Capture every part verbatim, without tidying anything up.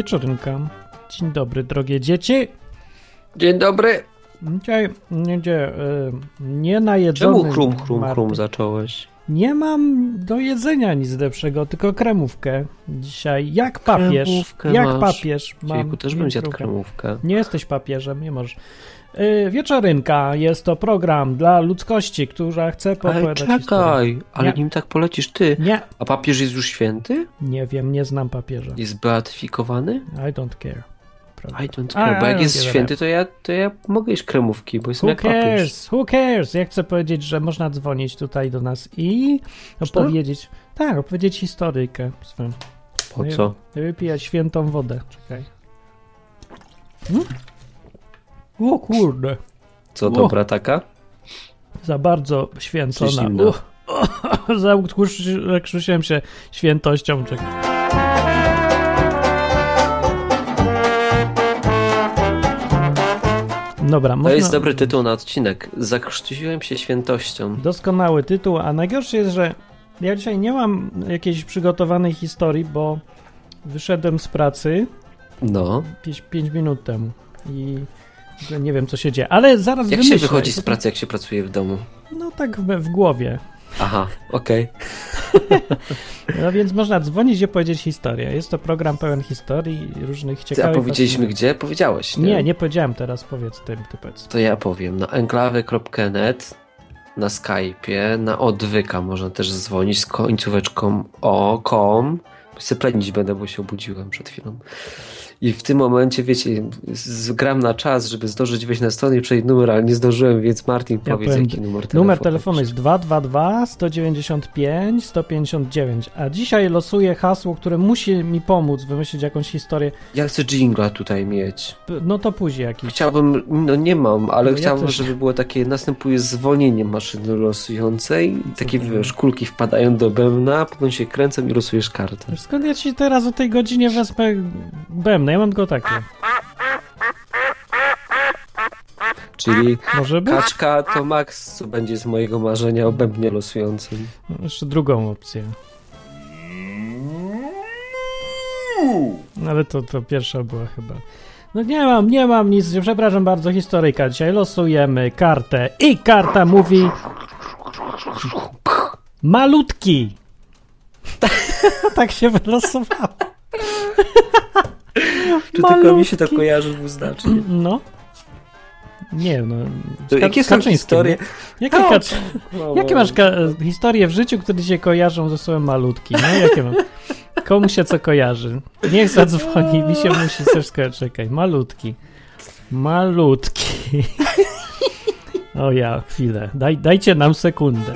wieczorynka. Dzień dobry, drogie dzieci. Dzień dobry. Dzisiaj nie, nie, nie najedzony. Czemu chrum, chrum, chrum zacząłeś? Nie mam do jedzenia nic lepszego, tylko kremówkę dzisiaj. Jak papież. Kremówkę Jak masz. papież. Mam Ciejku, też bym zjadł kremówkę. Nie jesteś papieżem, nie możesz. Yy, wieczorynka jest to program dla ludzkości, która chce opowiadać Ale czekaj, historię. ale Nie. nim tak polecisz ty. Nie. A papież jest już święty? Nie wiem, nie znam papieża. Jest beatyfikowany? I don't care. Prawda. I don't care, bo jak jest święty, to ja, to ja mogę jeść kremówki, bo jestem Who jak papież. cares? Who cares? Ja chcę powiedzieć, że można dzwonić tutaj do nas i opowiedzieć, tak, opowiedzieć historyjkę swoją. Po co? Wypijać świętą wodę. Czekaj. Hmm? O kurde. Co, dobra taka? Za bardzo święcona. Zimna. Uh, uh, Zakruszyłem się świętością. Czekaj. Dobra, To można... jest dobry tytuł na odcinek. Zakrztusiłem się świętością. Doskonały tytuł, a najgorsze jest, że ja dzisiaj nie mam jakiejś przygotowanej historii, bo wyszedłem z pracy No. pięć minut temu i nie wiem, co się dzieje, ale zaraz Jak wymyślę. się wychodzi z pracy, jak się pracuje w domu? No tak w, w głowie. Aha, okej. No więc można dzwonić i opowiedzieć historię. Jest to program pełen historii, różnych Okay. ciekawych... A powiedzieliśmy gdzie? Powiedziałeś, nie? Nie, nie powiedziałem teraz, powiedz ty, ty powiedz. To ja powiem. Na enklawy kropka net, na Skype'ie, na odwyka można też dzwonić z końcóweczką o kropka com. Syplenić będę, bo się obudziłem przed chwilą. I w tym momencie, wiecie, gram na czas, żeby zdążyć wejść na stronę i przejść numer, ale nie zdążyłem, więc Martin, Ja powiedz, powiem, jaki numer telefonu. Numer telefonu jest dwa dwa dwa, sto dziewięćdziesiąt pięć, sto pięćdziesiąt dziewięć, a dzisiaj losuję hasło, które musi mi pomóc wymyślić jakąś historię. Ja chcę jingla tutaj mieć. No to później jakiś. Chciałbym, no nie mam, ale No ja chciałbym, też. żeby było takie, następuje zwolnienie maszyny losującej i takie, wiesz, kulki wpadają do bębna, potem się kręcą i losujesz kartę. Skąd ja ci teraz o tej godzinie wezmę bębnę? Ja mam tylko takie. Czyli Może być? kaczka to maks, co będzie z mojego marzenia o bębnie losującym. No, jeszcze drugą opcję. Ale to, to pierwsza była chyba. No nie mam, nie mam nic, przepraszam bardzo, historyjka. Dzisiaj losujemy kartę i karta mówi malutki. Tak się wylosowało. Czy tylko mi się to kojarzy dwuznacznie? No. Nie, no. To jakie są historie? Jakie, O, kacz... no, jakie masz ka- historie w życiu, które się kojarzą ze słowem malutki? No jakie mam? Komu się co kojarzy? Niech zadzwoni, mi się musi wszystko czekać. Malutki. Malutki. O ja, chwilę. Daj, dajcie nam sekundę.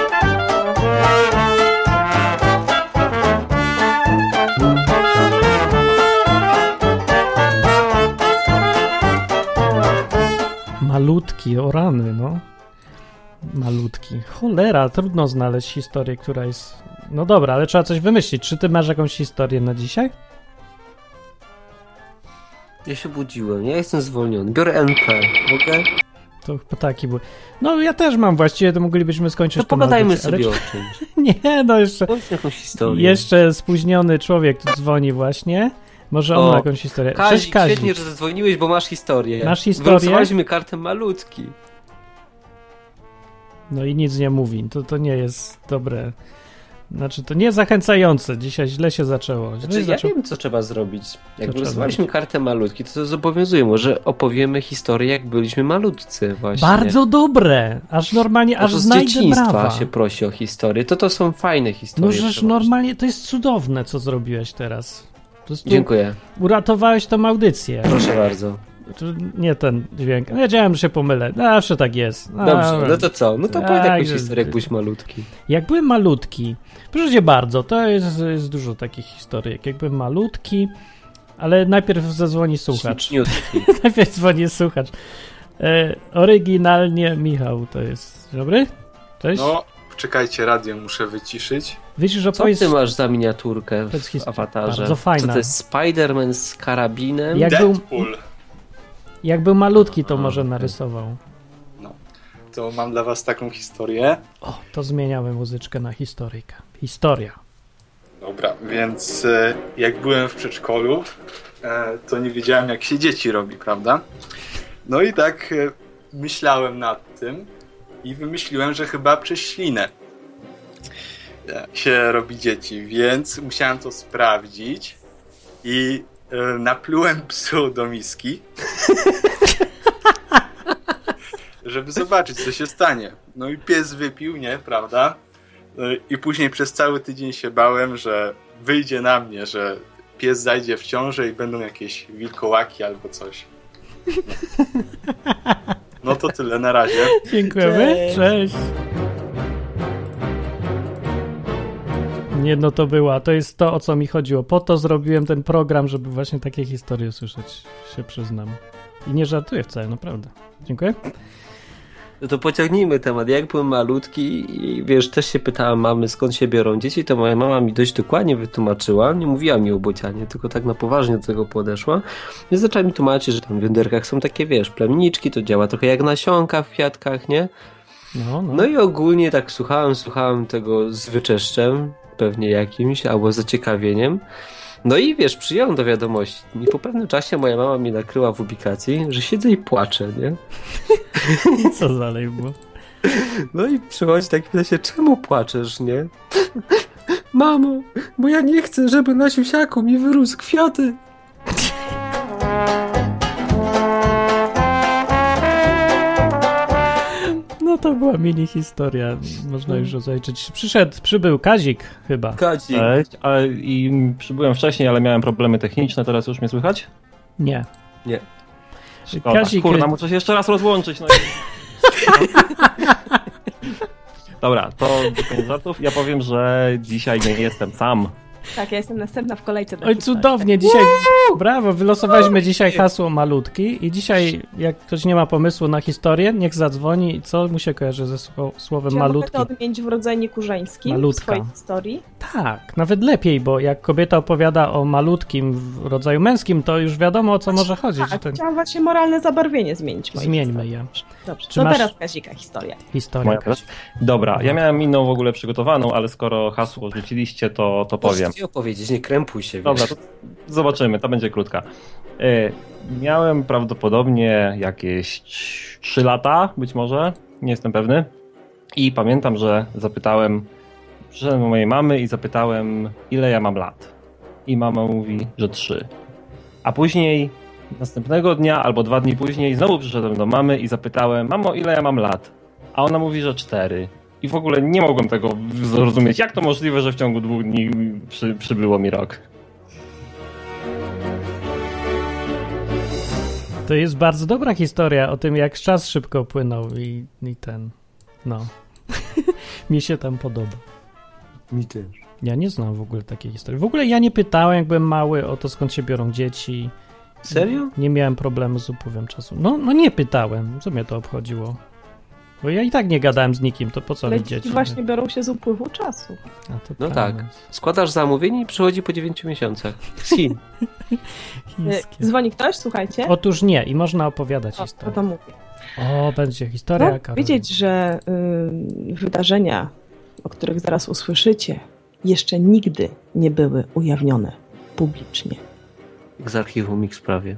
Malutki, o rany, no. Malutki. Cholera, trudno znaleźć historię, która jest... No dobra, ale trzeba coś wymyślić. Czy ty masz jakąś historię na dzisiaj? Ja się budziłem, ja jestem zwolniony. Biorę N P, mogę? To ptaki były. No ja też mam właściwie, to moglibyśmy skończyć... To pogadajmy audycję, sobie ale... o czymś. Nie, no jeszcze... Powiedz jakąś historię. Jeszcze spóźniony człowiek tu dzwoni właśnie. Może on O, ma jakąś historię. Kazik, Cześć, Kazik. świetnie, że zadzwoniłeś, bo masz historię. Masz historię? Wylosowaliśmy kartę malutki. No i nic nie mówi. To, to nie jest dobre. Znaczy, to nie zachęcające. Dzisiaj źle się zaczęło. Źle Znaczy, ja zaczęło. wiem, co trzeba zrobić. Jak Co wylosowaliśmy trzeba kartę malutki, to to zobowiązuje. Może opowiemy historię, jak byliśmy malutcy właśnie. Bardzo dobre. Aż normalnie, Bo aż to z znajdę dzieciństwa brawa. się prosi o historię. To to są fajne No historie. żeż przeważnie. normalnie, to jest cudowne, co zrobiłeś teraz. Po prostu Dziękuję. uratowałeś tą audycję. Proszę bardzo. To nie ten dźwięk. No, wiedziałem, że się pomylę. Zawsze tak jest. No, Dobrze, no to co? No to Tak, powiedz jakąś że- historię, jak byłeś malutki. Jak byłem malutki, proszę cię bardzo, to jest, jest dużo takich historyjek. Jak byłem malutki, ale najpierw zadzwoni słuchacz. Śliczniutki. Najpierw dzwoni słuchacz. E, oryginalnie Michał to jest. Dzień dobry? Cześć? No, czekajcie, radio muszę wyciszyć. Wiesz, że Co opowiedz... ty masz za miniaturkę To jest w his- awatarze? bardzo fajna. Co to jest Spider-Man z karabinem? Jak był, Deadpool. jak był malutki, to A, może okej. narysował. No, to mam dla was taką historię. O, to zmieniamy muzyczkę na historyjkę. Historia. Dobra, więc e, jak byłem w przedszkolu, to nie wiedziałem, jak się dzieci robi, prawda? No i tak myślałem nad tym i wymyśliłem, że chyba przez ślinę się robi dzieci, więc musiałem to sprawdzić i naplułem psu do miski, żeby zobaczyć, co się stanie. No i pies wypił, nie, prawda? I później przez cały tydzień się bałem, że wyjdzie na mnie, że pies zajdzie w ciążę i będą jakieś wilkołaki albo coś. No to tyle, na razie. Dziękujemy, cześć. cześć. Nie, no to była, to jest to, o co mi chodziło. Po to zrobiłem ten program, żeby właśnie takie historie słyszeć, się przyznam. I nie żartuję wcale, naprawdę. Dziękuję. No to pociągnijmy temat. Jak byłem malutki i wiesz, też się pytała mamy, skąd się biorą dzieci, to moja mama mi dość dokładnie wytłumaczyła, nie mówiła mi o bocianie, tylko tak na poważnie do tego podeszła. I zaczęła mi tłumaczyć, że tam w jąderkach są takie, wiesz, plemniczki, to działa trochę jak nasionka w kwiatkach, nie? No, no. No i ogólnie tak słuchałem, słuchałem tego z wyczeszczem, pewnie jakimś, albo z zaciekawieniem. No i wiesz, przyjąłem do wiadomości. I po pewnym czasie moja mama mnie nakryła w ubikacji, że siedzę i płaczę, nie? I co dalej było? No i przychodzi tak chwilę się, czemu płaczesz, nie? Mamo, bo ja nie chcę, żeby na siusiaku mi wyrósł kwiaty. No to była mini historia, można już zaliczyć. Przyszedł, przybył Kazik chyba. Kazik. Cześć, a, i przybyłem wcześniej, ale miałem problemy techniczne, teraz już mnie słychać? Nie. Nie. Szkoda. Kazik... Kurna, muszę się jeszcze raz rozłączyć. No i... Dobra, to do koniec żartów. Ja powiem, że dzisiaj nie jestem sam. Tak, ja jestem następna w kolejce. Oj, cudownie, dzisiaj, brawo, wylosowaliśmy dzisiaj hasło malutki i dzisiaj, jak ktoś nie ma pomysłu na historię, niech zadzwoni. Co mu się kojarzy ze słowem Czy malutki? Czy mogę to odmienić w rodzajniku żeńskim Malutka. w swojej historii? Tak, nawet lepiej, bo jak kobieta opowiada o malutkim w rodzaju męskim, to już wiadomo, o co właśnie, może chodzić. Tak, ten... chciałam właśnie moralne zabarwienie zmienić. Zmieńmy je. Dobrze, Czy to masz... teraz Kazika historia. Historia. Moja też? Dobra, ja miałem inną w ogóle przygotowaną, ale skoro hasło rzuciliście, to, to powiem. Możesz opowiedzieć, nie krępuj się. Dobra, to zobaczymy, to będzie krótka. Yy, miałem prawdopodobnie jakieś trzy lata, być może, nie jestem pewny. I pamiętam, że zapytałem, przyszedłem do mojej mamy i zapytałem, ile ja mam lat. I mama mówi, że trzy. A później, następnego dnia albo dwa dni później, znowu przyszedłem do mamy i zapytałem, mamo, ile ja mam lat? A ona mówi, że cztery. I w ogóle nie mogłem tego zrozumieć. Jak to możliwe, że w ciągu dwóch dni przy, przybyło mi rok? To jest bardzo dobra historia o tym, jak czas szybko płynął i, i ten, no. Mi się tam podoba. Mi też. Ja nie znam w ogóle takiej historii. W ogóle ja nie pytałem, jak byłem mały, o to, skąd się biorą dzieci. Serio? Nie miałem problemu z upływem czasu. No, no nie pytałem. Co mnie to obchodziło? Bo ja i tak nie gadałem z nikim, to po co mi dzieci? właśnie biorą się z upływu czasu. A to no prawda. tak. Składasz zamówienie i przychodzi po dziewięciu miesiącach. Z Chin. Chińskie. Dzwoni ktoś, słuchajcie? Otóż nie, i można opowiadać o, historię. To, to mówię. O, będzie historia. No, Karol. wiedzieć, że y, wydarzenia, o których zaraz usłyszycie, jeszcze nigdy nie były ujawnione publicznie. Z archiwum X prawie.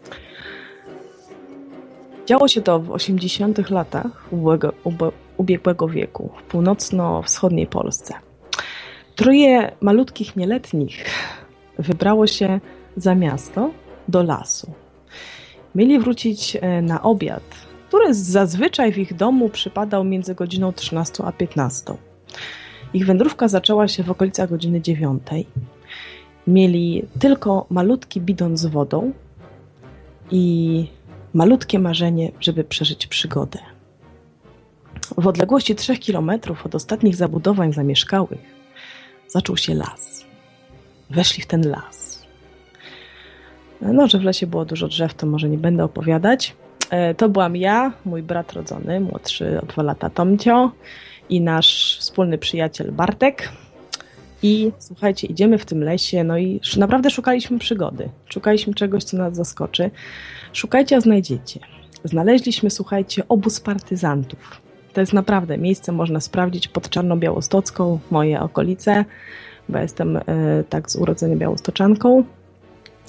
Działo się to w osiemdziesiątych latach ubiegłego, ubiegłego wieku w północno-wschodniej Polsce. Troje malutkich nieletnich wybrało się za miasto do lasu. Mieli wrócić na obiad, który zazwyczaj w ich domu przypadał między godziną trzynastą a piętnastą. Ich wędrówka zaczęła się w okolicach godziny dziewiątej. Mieli tylko malutki bidon z wodą i malutkie marzenie, żeby przeżyć przygodę. W odległości trzech kilometrów od ostatnich zabudowań zamieszkałych zaczął się las. Weszli w ten las. No, że w lesie było dużo drzew, to może nie będę opowiadać. To byłam ja, mój brat rodzony, młodszy o dwa lata Tomcio i nasz wspólny przyjaciel Bartek. I słuchajcie, idziemy w tym lesie, no i naprawdę szukaliśmy przygody. Szukaliśmy czegoś, co nas zaskoczy. Szukajcie, a znajdziecie. Znaleźliśmy, słuchajcie, obóz partyzantów. To jest naprawdę miejsce, można sprawdzić pod Czarną Białostocką, moje okolice, bo jestem y, tak z urodzenia białostoczanką.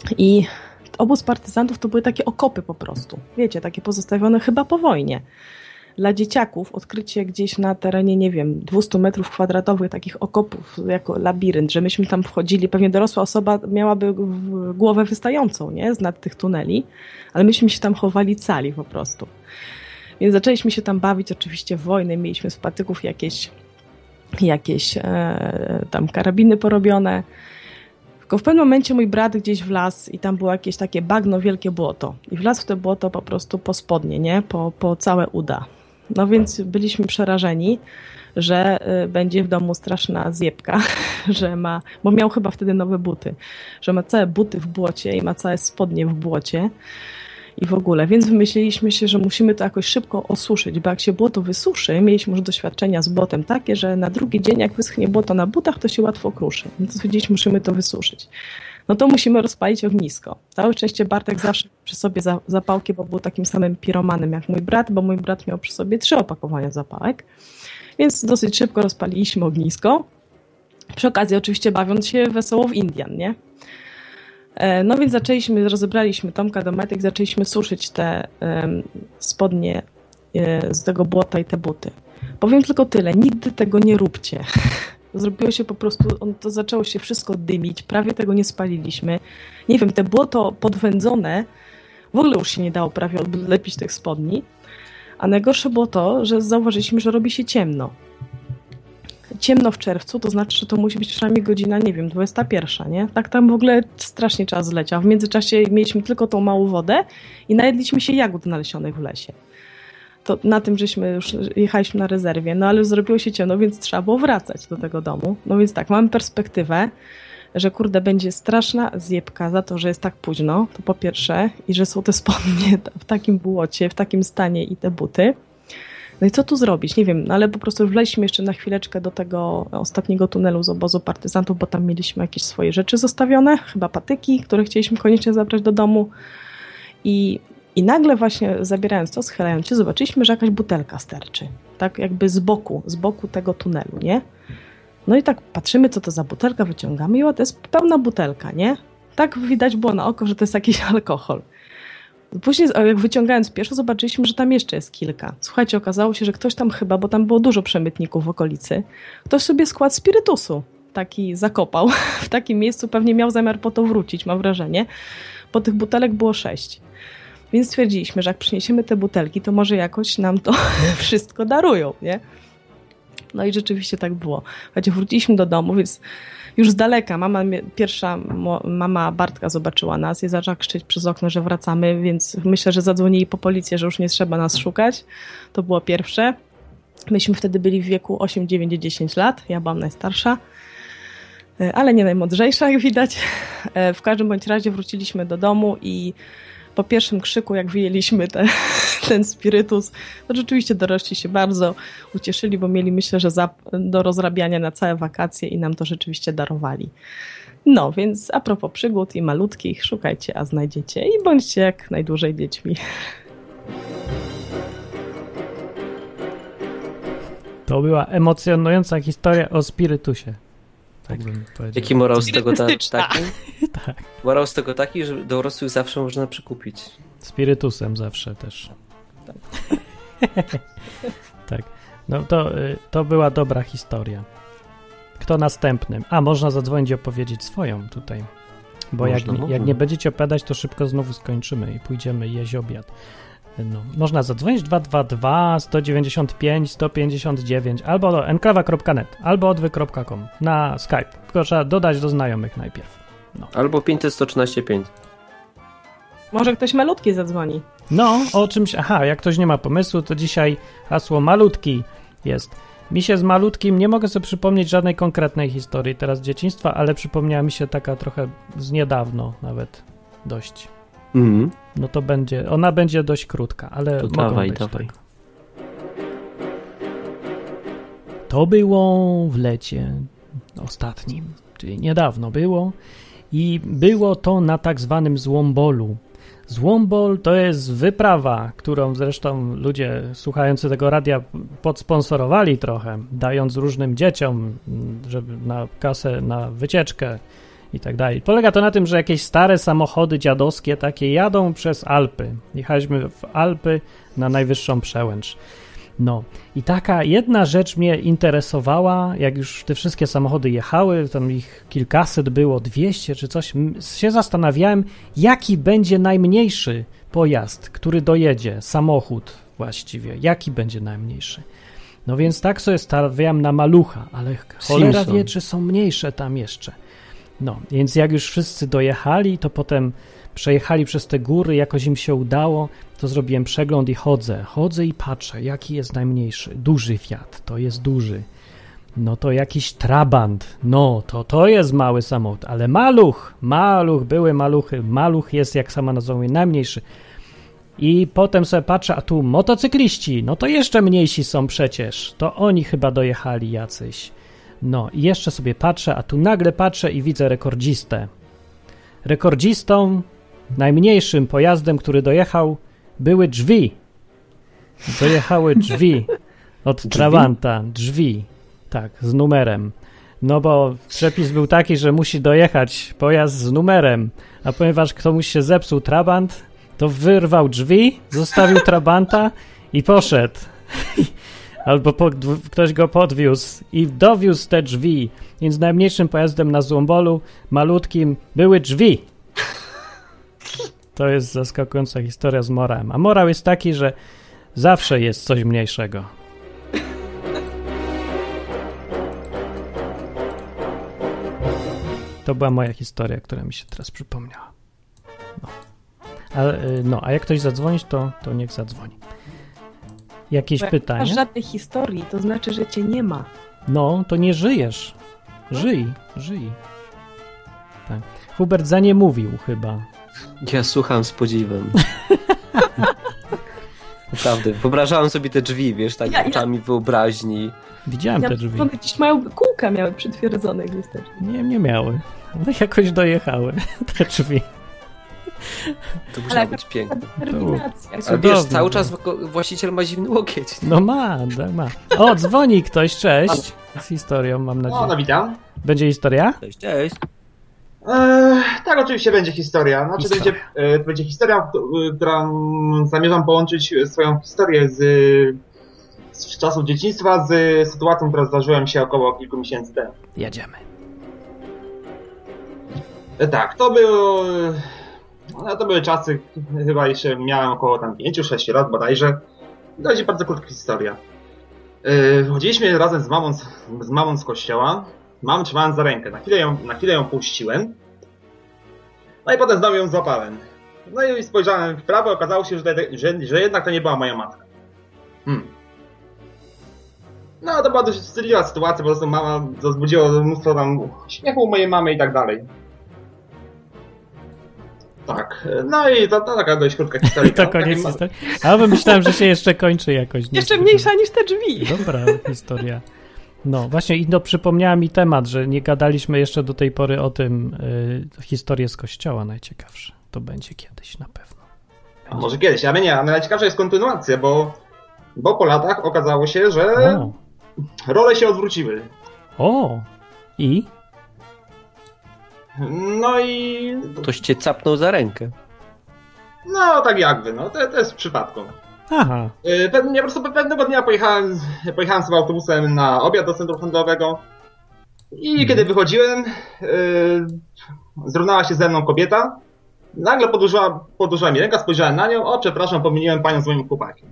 I obóz partyzantów to były takie okopy po prostu. Wiecie, takie pozostawione chyba po wojnie. Dla dzieciaków odkrycie gdzieś na terenie, nie wiem, dwieście metrów kwadratowych takich okopów jako labirynt, że myśmy tam wchodzili, pewnie dorosła osoba miałaby głowę wystającą, nie, z nad tych tuneli, ale myśmy się tam chowali cali po prostu. Więc zaczęliśmy się tam bawić oczywiście w wojnę, mieliśmy z patyków jakieś, jakieś e, tam karabiny porobione. Tylko w pewnym momencie mój brat gdzieś wlazł i tam było jakieś takie bagno, wielkie błoto. I wlazł w to błoto po prostu po spodnie, nie? Po, po całe uda. No więc byliśmy przerażeni, że y, będzie w domu straszna zjebka, że ma, bo miał chyba wtedy nowe buty, że ma całe buty w błocie i ma całe spodnie w błocie i w ogóle. Więc wymyśliliśmy się, że musimy to jakoś szybko osuszyć, bo jak się błoto wysuszy, mieliśmy już doświadczenia z błotem takie, że na drugi dzień jak wyschnie błoto na butach, to się łatwo kruszy. Więc stwierdziliśmy, musimy to wysuszyć. No to musimy rozpalić ognisko. Całe szczęście Bartek zawsze przy sobie za, zapałki, bo był takim samym piromanem jak mój brat, bo mój brat miał przy sobie trzy opakowania zapałek. Więc dosyć szybko rozpaliliśmy ognisko. Przy okazji oczywiście bawiąc się wesoło w Indian, nie? No więc zaczęliśmy, rozebraliśmy Tomka do metek, zaczęliśmy suszyć te um, spodnie e, z tego błota i te buty. Powiem tylko tyle, nigdy tego nie róbcie. Zrobiło się po prostu, on, to zaczęło się wszystko dymić, prawie tego nie spaliliśmy. Nie wiem, te błoto podwędzone, w ogóle już się nie dało prawie odlepić tych spodni. A najgorsze było to, że zauważyliśmy, że robi się ciemno. Ciemno w czerwcu, to znaczy, że to musi być przynajmniej godzina, nie wiem, dwudziesta pierwsza, nie? Tak tam w ogóle strasznie czas zleciał. W międzyczasie mieliśmy tylko tą małą wodę i najedliśmy się jagód nalesionych w lesie. To na tym, żeśmy już jechaliśmy na rezerwie, no ale zrobiło się ciemno, więc trzeba było wracać do tego domu. No więc tak, mamy perspektywę, że kurde, będzie straszna zjebka za to, że jest tak późno, to po pierwsze, i że są te spodnie w takim błocie, w takim stanie i te buty. No i co tu zrobić? Nie wiem, no ale po prostu wleźliśmy jeszcze na chwileczkę do tego ostatniego tunelu z obozu partyzantów, bo tam mieliśmy jakieś swoje rzeczy zostawione, chyba patyki, które chcieliśmy koniecznie zabrać do domu. I, i nagle właśnie zabierając to, schylając się, zobaczyliśmy, że jakaś butelka sterczy. Tak jakby z boku, z boku tego tunelu, nie? No i tak patrzymy, co to za butelka, wyciągamy i o, to jest pełna butelka, nie? Tak widać było na oko, że to jest jakiś alkohol. Później, jak wyciągając pierwszą, zobaczyliśmy, że tam jeszcze jest kilka. Słuchajcie, okazało się, że ktoś tam chyba, bo tam było dużo przemytników w okolicy, ktoś sobie skład spirytusu taki zakopał. W takim miejscu pewnie miał zamiar po to wrócić, mam wrażenie, bo tych butelek było sześć. Więc stwierdziliśmy, że jak przyniesiemy te butelki, to może jakoś nam to wszystko darują, nie? No i rzeczywiście tak było. Słuchajcie, wróciliśmy do domu, więc już z daleka mama, pierwsza mama Bartka zobaczyła nas i zaczęła krzyczeć przez okno, że wracamy, więc myślę, że zadzwonili po policję, że już nie trzeba nas szukać. To było pierwsze. Myśmy wtedy byli w wieku osiem, dziewięć, dziesięć lat. Ja byłam najstarsza, ale nie najmądrzejsza, jak widać. W każdym bądź razie wróciliśmy do domu i po pierwszym krzyku, jak wyjęliśmy te, ten spirytus, to rzeczywiście dorośli się bardzo ucieszyli, bo mieli, myślę, że za, do rozrabiania na całe wakacje i nam to rzeczywiście darowali. No, więc a propos przygód i malutkich, szukajcie, a znajdziecie i bądźcie jak najdłużej dziećmi. To była emocjonująca historia o spirytusie. Tak bym powiedział. Jaki morał z tego ta, taki? Tak. Morał z tego taki, że dorosłych zawsze można przekupić. Spirytusem zawsze też. Tak. Tak. No to, to była dobra historia. Kto następnym? A, można zadzwonić i opowiedzieć swoją tutaj. Bo można, jak, jak nie będziecie opowiadać, to szybko znowu skończymy i pójdziemy jeść obiad. No, można zadzwonić dwa dwa dwa, sto dziewięćdziesiąt pięć, sto pięćdziesiąt dziewięć albo do enklawa kropka net, albo odwyk kropka com na Skype. Tylko trzeba dodać do znajomych najpierw. No. Albo pięćset, sto trzynaście, pięć. Może ktoś malutki zadzwoni. No, o czymś... Aha, jak ktoś nie ma pomysłu, to dzisiaj hasło malutki jest. Mi się z malutkim nie mogę sobie przypomnieć żadnej konkretnej historii teraz z dzieciństwa, ale przypomniała mi się taka trochę z niedawno nawet dość. Mhm. No to będzie, ona będzie dość krótka, ale to mogą dawaj, być dawaj. Tak. To było w lecie ostatnim, czyli niedawno było i było to na tak zwanym Złombolu. Złombol to jest wyprawa, którą zresztą ludzie słuchający tego radia podsponsorowali trochę, dając różnym dzieciom, żeby na kasę, na wycieczkę i tak dalej. Polega to na tym, że jakieś stare samochody dziadowskie takie jadą przez Alpy. Jechaliśmy w Alpy na najwyższą przełęcz. No i taka jedna rzecz mnie interesowała, jak już te wszystkie samochody jechały, tam ich kilkaset było, dwieście czy coś, się zastanawiałem, jaki będzie najmniejszy pojazd, który dojedzie, samochód właściwie, jaki będzie najmniejszy. No więc tak sobie stawiam na malucha, ale cholera Simpson. Wie, czy są mniejsze tam jeszcze. No, więc jak już wszyscy dojechali, to potem przejechali przez te góry, jakoś im się udało, to zrobiłem przegląd i chodzę. Chodzę i patrzę, jaki jest najmniejszy. Duży Fiat, to jest duży. No to jakiś Trabant, no to to jest mały samochód, ale maluch, maluch, były maluchy, maluch jest, jak sama nazwa mówi, najmniejszy. I potem sobie patrzę, a tu motocykliści, no to jeszcze mniejsi są przecież, to oni chyba dojechali jacyś. No i jeszcze sobie patrzę, a tu nagle patrzę i widzę rekordzistę. Rekordzistą, najmniejszym pojazdem, który dojechał, były drzwi. Dojechały drzwi od Trabanta, drzwi, tak, z numerem. No bo przepis był taki, że musi dojechać pojazd z numerem, a ponieważ komuś się zepsuł Trabant, to wyrwał drzwi, zostawił Trabanta i poszedł. Albo po, ktoś go podwiózł i dowiózł te drzwi. Więc najmniejszym pojazdem na Złombolu, malutkim, były drzwi. To jest zaskakująca historia z morałem. A morał jest taki, że zawsze jest coś mniejszego. To była moja historia, która mi się teraz przypomniała. No. A, no, a jak ktoś zadzwonić, to, to niech zadzwoni. Jakieś pytanie? Nie masz żadnej historii, to znaczy, że cię nie ma. No, to nie żyjesz. Żyj, żyj. Tak. Hubert za nie mówił chyba. Ja słucham z podziwem. Naprawdę, wyobrażałem sobie te drzwi, wiesz, tak ja, oczami ja... wyobraźni. Widziałem ja, te drzwi. One gdzieś mają, kółka miały przytwierdzone gdzieś też. Nie, nie miały. One jakoś dojechały, te drzwi. To musiało być piękne. Ale wiesz, cały czas właściciel ma zimny łokieć. No ma, tak ma. O, dzwoni ktoś, cześć. Z historią, mam nadzieję. O, no witam. Będzie historia? Cześć, cześć. Eee, tak, oczywiście będzie historia. Znaczy, to będzie, e, to będzie historia, która zamierzam połączyć swoją historię z, z czasów dzieciństwa z sytuacją, która zdarzyła mi się około kilku miesięcy temu. Jedziemy. E, tak, to było... No, to były czasy, chyba jeszcze miałem około tam pięć sześć lat bodajże. To będzie bardzo krótka historia. Yy, chodziliśmy razem z mamą z, z mamą z kościoła. Mamę trzymałem za rękę. Na chwilę, ją, na chwilę ją puściłem. No i potem znowu ją złapałem. No i spojrzałem w prawo, okazało się, że, że, że jednak to nie była moja matka. Hmm. No to była dość wstydliwa sytuacja, po prostu mama wzbudziła mnóstwo tam śmiechu u mojej mamy i tak dalej. Tak, no i to, to taka dość krótka historia. To koniec historii. A bo myślałem, że się jeszcze kończy jakoś. Jeszcze mniejsza niż te drzwi. Dobra historia. No właśnie i no, przypomniała mi temat, że nie gadaliśmy jeszcze do tej pory o tym y, historię z kościoła najciekawsze. To będzie kiedyś na pewno. A może kiedyś, ale nie, ale najciekawsza jest kontynuacja, bo, bo po latach okazało się, że o. role się odwróciły. O! I? No i... Ktoś cię capnął za rękę. No, tak jakby, no, to, to jest przypadku. Aha. Pewnie, po prostu pewnego dnia pojechałem, pojechałem sobie autobusem na obiad do centrum handlowego i hmm. kiedy wychodziłem, yy, zrównała się ze mną kobieta. Nagle podłużyła, podłużyła mi rękę, spojrzałem na nią, o przepraszam, pomyliłem panią z moim chłopakiem.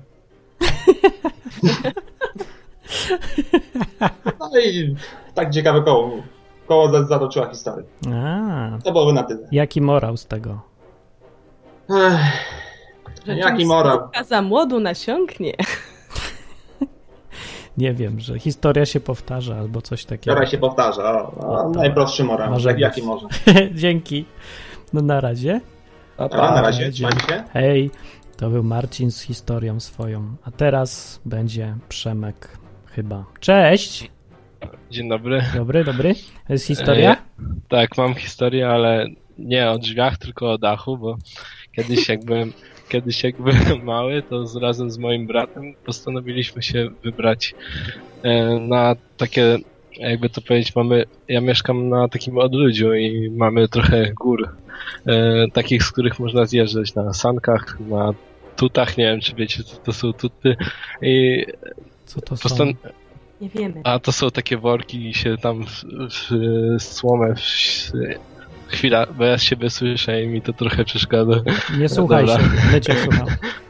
No i tak ciekawe koło. Koło zatoczyła historię. A, to byłoby na tyle. Jaki morał z tego? Ech, jaki morał? Za młodu nasiąknie. Nie wiem, że historia się powtarza albo coś takiego. Historia się powtarza. O, o, najprostszy morał. Może jaki może. Dzięki. No na razie. A, pa, na razie. Trzymajcie się. Hej, to był Marcin z historią swoją. A teraz będzie Przemek chyba. Cześć! Dzień dobry. Dobry, dobry. To jest historia? E, tak, mam historię, ale nie o drzwiach, tylko o dachu, bo kiedyś jak byłem, kiedyś jak byłem mały, to z, razem z moim bratem postanowiliśmy się wybrać e, na takie jakby to powiedzieć, mamy, ja mieszkam na takim odludziu i mamy trochę gór, e, takich, z których można zjeżdżać na sankach, na tutach, nie wiem, czy wiecie, co to są tuty. I co to postan- są? Nie wiemy. A to są takie worki i się tam w, w, w słomę w, chwila, bo ja siebie słyszę i mi to trochę przeszkadza. Nie słuchaj Dobra. się, my cię słucham.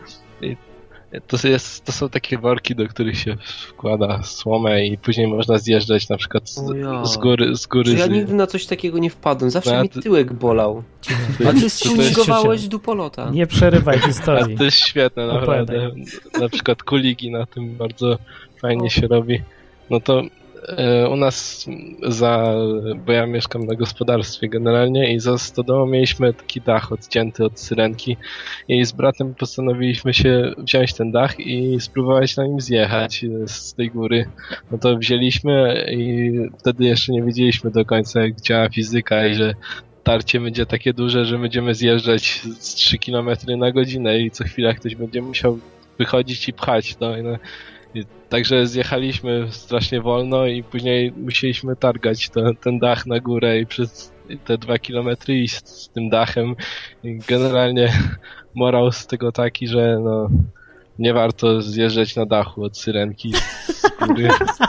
To, jest, to są takie worki, do których się wkłada słomę i później można zjeżdżać na przykład z, O ja. z góry. Z góry Ja z... nigdy na coś takiego nie wpadłem, zawsze No, mi ty- tyłek bolał. Cicho. A ty to jest- stuniggowałeś dupolota. Nie przerywaj A historii. to jest świetne, naprawdę. Opowiadaj. Na przykład kuligi na tym bardzo fajnie się robi. No to e, u nas za, bo ja mieszkam na gospodarstwie generalnie i za stodołą mieliśmy taki dach odcięty od syrenki i z bratem postanowiliśmy się wziąć ten dach i spróbować na nim zjechać z tej góry. No to wzięliśmy i wtedy jeszcze nie wiedzieliśmy do końca, jak działa fizyka i że tarcie będzie takie duże, że będziemy zjeżdżać z trzy kilometry na godzinę i co chwila ktoś będzie musiał wychodzić i pchać to. No, i także zjechaliśmy strasznie wolno i później musieliśmy targać to, ten dach na górę i przez te dwa kilometry iść z tym dachem. I generalnie morał z tego taki, że no, nie warto zjeżdżać na dachu od syrenki z góry.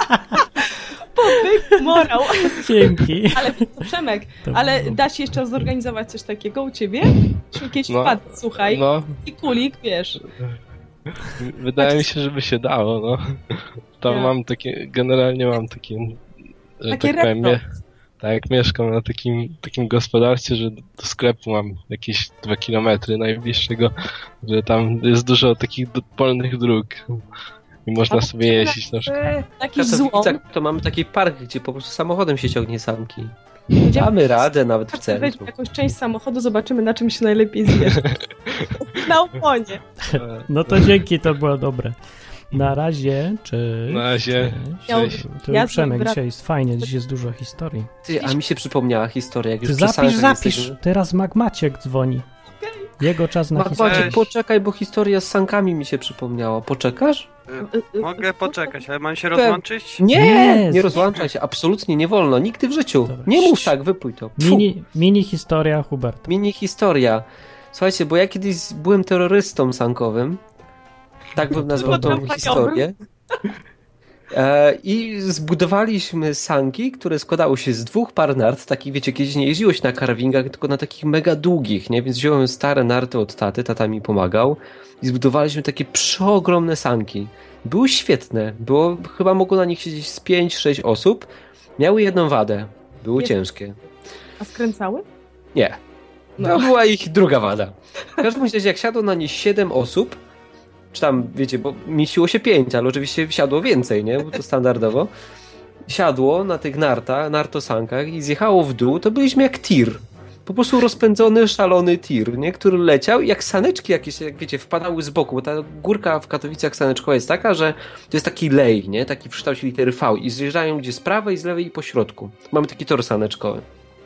Podbyk, morał. Dzięki. Ale to Przemek, To ale było. da się jeszcze zorganizować coś takiego u ciebie? Czy jakieś No, wpadki, słuchaj, No, i kulik, wiesz. wydaje mi się, żeby się dało, no. Tam Ja. mam takie, generalnie mam takie, że Takie tak powiem, retro. mie- tak, mieszkam na takim, takim gospodarstwie, że do do sklepu mam jakieś dwa kilometry najbliższego, że tam jest dużo takich d- polnych dróg i można A sobie jeździć na przykład. W Taki złom. Katowicach to mamy taki park, gdzie po prostu samochodem się ciągnie sanki. Będziemy Damy radę nawet w weźmy centrum. jakąś część samochodu, zobaczymy na czym się najlepiej zjeżdża. Na oponie. No to dzięki, to było dobre. Na razie, cześć. Na razie, Cześć. cześć. To Ja ja Przemek, brat- dzisiaj jest fajnie, dzisiaj jest dużo historii. Ty, a mi się przypomniała historia, jak Ty już przy zapisz, sankach zapisz. jesteśmy. Teraz Magmaciek dzwoni. Jego czas na historię. Maciek, poczekaj, bo historia z sankami mi się przypomniała. Poczekasz? Mogę poczekać, ale mam się rozłączyć? Nie, Nie. nie rozłączaj się, absolutnie nie wolno, nigdy w życiu. Dobra. Nie mów tak, wypój to. Pfu. Mini, mini historia Huberta. Mini historia. Słuchajcie, bo ja kiedyś byłem terrorystą sankowym. Tak bym nazwał tą Podrapaniowym. historię. E, I zbudowaliśmy sanki, które składały się z dwóch par nart. Takich, wiecie, kiedyś nie jeździło się na karwingach, tylko na takich mega długich, nie? Więc wziąłem stare narty od taty, tata mi pomagał. I zbudowaliśmy takie przeogromne sanki. Były świetne. Było, chyba mogło na nich siedzieć z pięć sześć osób. Miały jedną wadę. Były Jest- ciężkie. A skręcały? Nie. No. To była ich druga wada. W każdym razie, jak siadło na nie siedem osób, czy tam, wiecie, bo mieściło się pięć, ale oczywiście siadło więcej, nie? Bo to standardowo. Siadło na tych nartach, nartosankach i zjechało w dół, to byliśmy jak tir. Po prostu rozpędzony, szalony tir, nie? Który leciał i jak saneczki jakieś, jak wiecie, wpadały z boku, bo ta górka w Katowicach saneczkowa jest taka, że to jest taki lej, nie? Taki w kształcie litery V i zjeżdżają gdzie z prawej, z lewej i po środku. Mamy taki tor saneczkowy.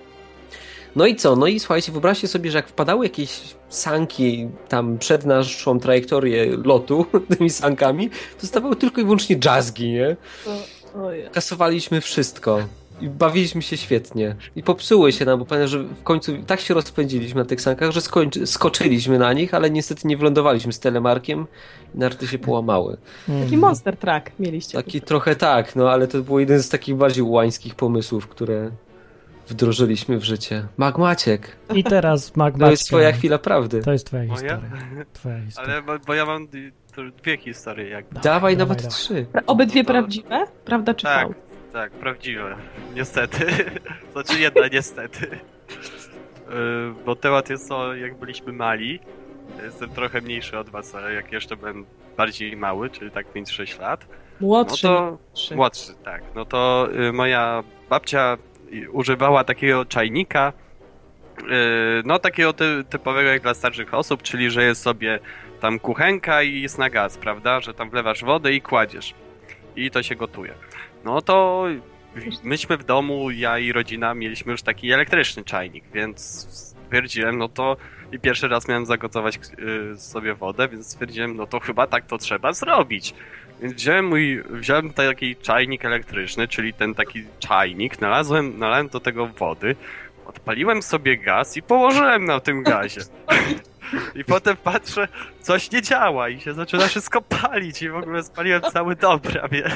No i co? No i słuchajcie, wyobraźcie sobie, że jak wpadały jakieś sanki tam przed naszą trajektorię lotu tymi sankami, to stawały tylko i wyłącznie jazzgi, nie? O, ojej. Kasowaliśmy wszystko i bawiliśmy się świetnie. I popsuły się nam, bo pamiętam, że w końcu tak się rozpędziliśmy na tych sankach, że skończy, skoczyliśmy na nich, ale niestety nie wylądowaliśmy z telemarkiem i narty się połamały. Taki monster truck mieliście. Taki trochę tak, no ale to był jeden z takich bardziej łańskich pomysłów, które wdrożyliśmy w życie. Magmaciek, I teraz Magmaciek. to jest twoja chwila prawdy. To jest twoja Moja? historia. Twoja historia. Ale bo, bo ja mam d- to dwie historie jakby. Dawaj, dawaj, nawet dawaj. trzy. Pra- Obydwie No to- prawdziwe? Prawda czy Tak, fałsz? tak, prawdziwe. Niestety. Znaczy jedna niestety. Yy, Bo temat jest o jak byliśmy mali. Jestem trochę mniejszy od was, ale jak jeszcze byłem bardziej mały, czyli tak pięć sześć lat. No Młodszy. to młodszy. młodszy, tak. No to y, moja babcia y, używała takiego czajnika, y, no takiego ty, typowego jak dla starszych osób, czyli że jest sobie tam kuchenka i jest na gaz, prawda? Że tam wlewasz wodę i kładziesz. I to się gotuje. No to myśmy w domu, ja i rodzina mieliśmy już taki elektryczny czajnik, więc stwierdziłem, no to i pierwszy raz miałem zagotować y, sobie wodę, więc stwierdziłem, no to chyba tak to trzeba zrobić. Więc wziąłem mój, wziąłem taki czajnik elektryczny, czyli ten taki czajnik, nalazłem, nalałem do tego wody, odpaliłem sobie gaz i położyłem na tym gazie. I potem patrzę, coś nie działa i się zaczyna wszystko palić i w ogóle spaliłem cały dom prawie.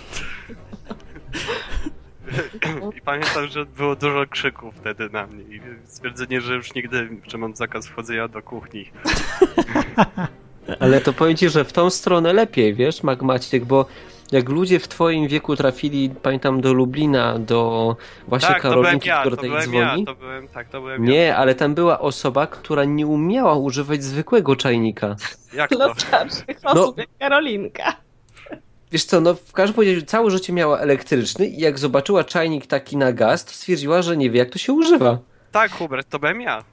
I pamiętam, że było dużo krzyków wtedy na mnie i stwierdzenie, że już nigdy, że mam zakaz wchodzenia do kuchni. Ale to powiem ci, że w tą stronę lepiej, wiesz, Magmaciek, bo jak ludzie w twoim wieku trafili, pamiętam, do Lublina, do właśnie tak, Karolinki, ja, która tutaj dzwoni. Ja, to byłem, tak, to byłem nie, ja. ale tam była osoba, która nie umiała używać zwykłego czajnika. Jak to? Dla starszych osób, jak Karolinka. Wiesz co, no w każdym razie całe życie miała elektryczny i jak zobaczyła czajnik taki na gaz, to stwierdziła, że nie wie, jak to się używa. Tak, Hubert, to byłem ja.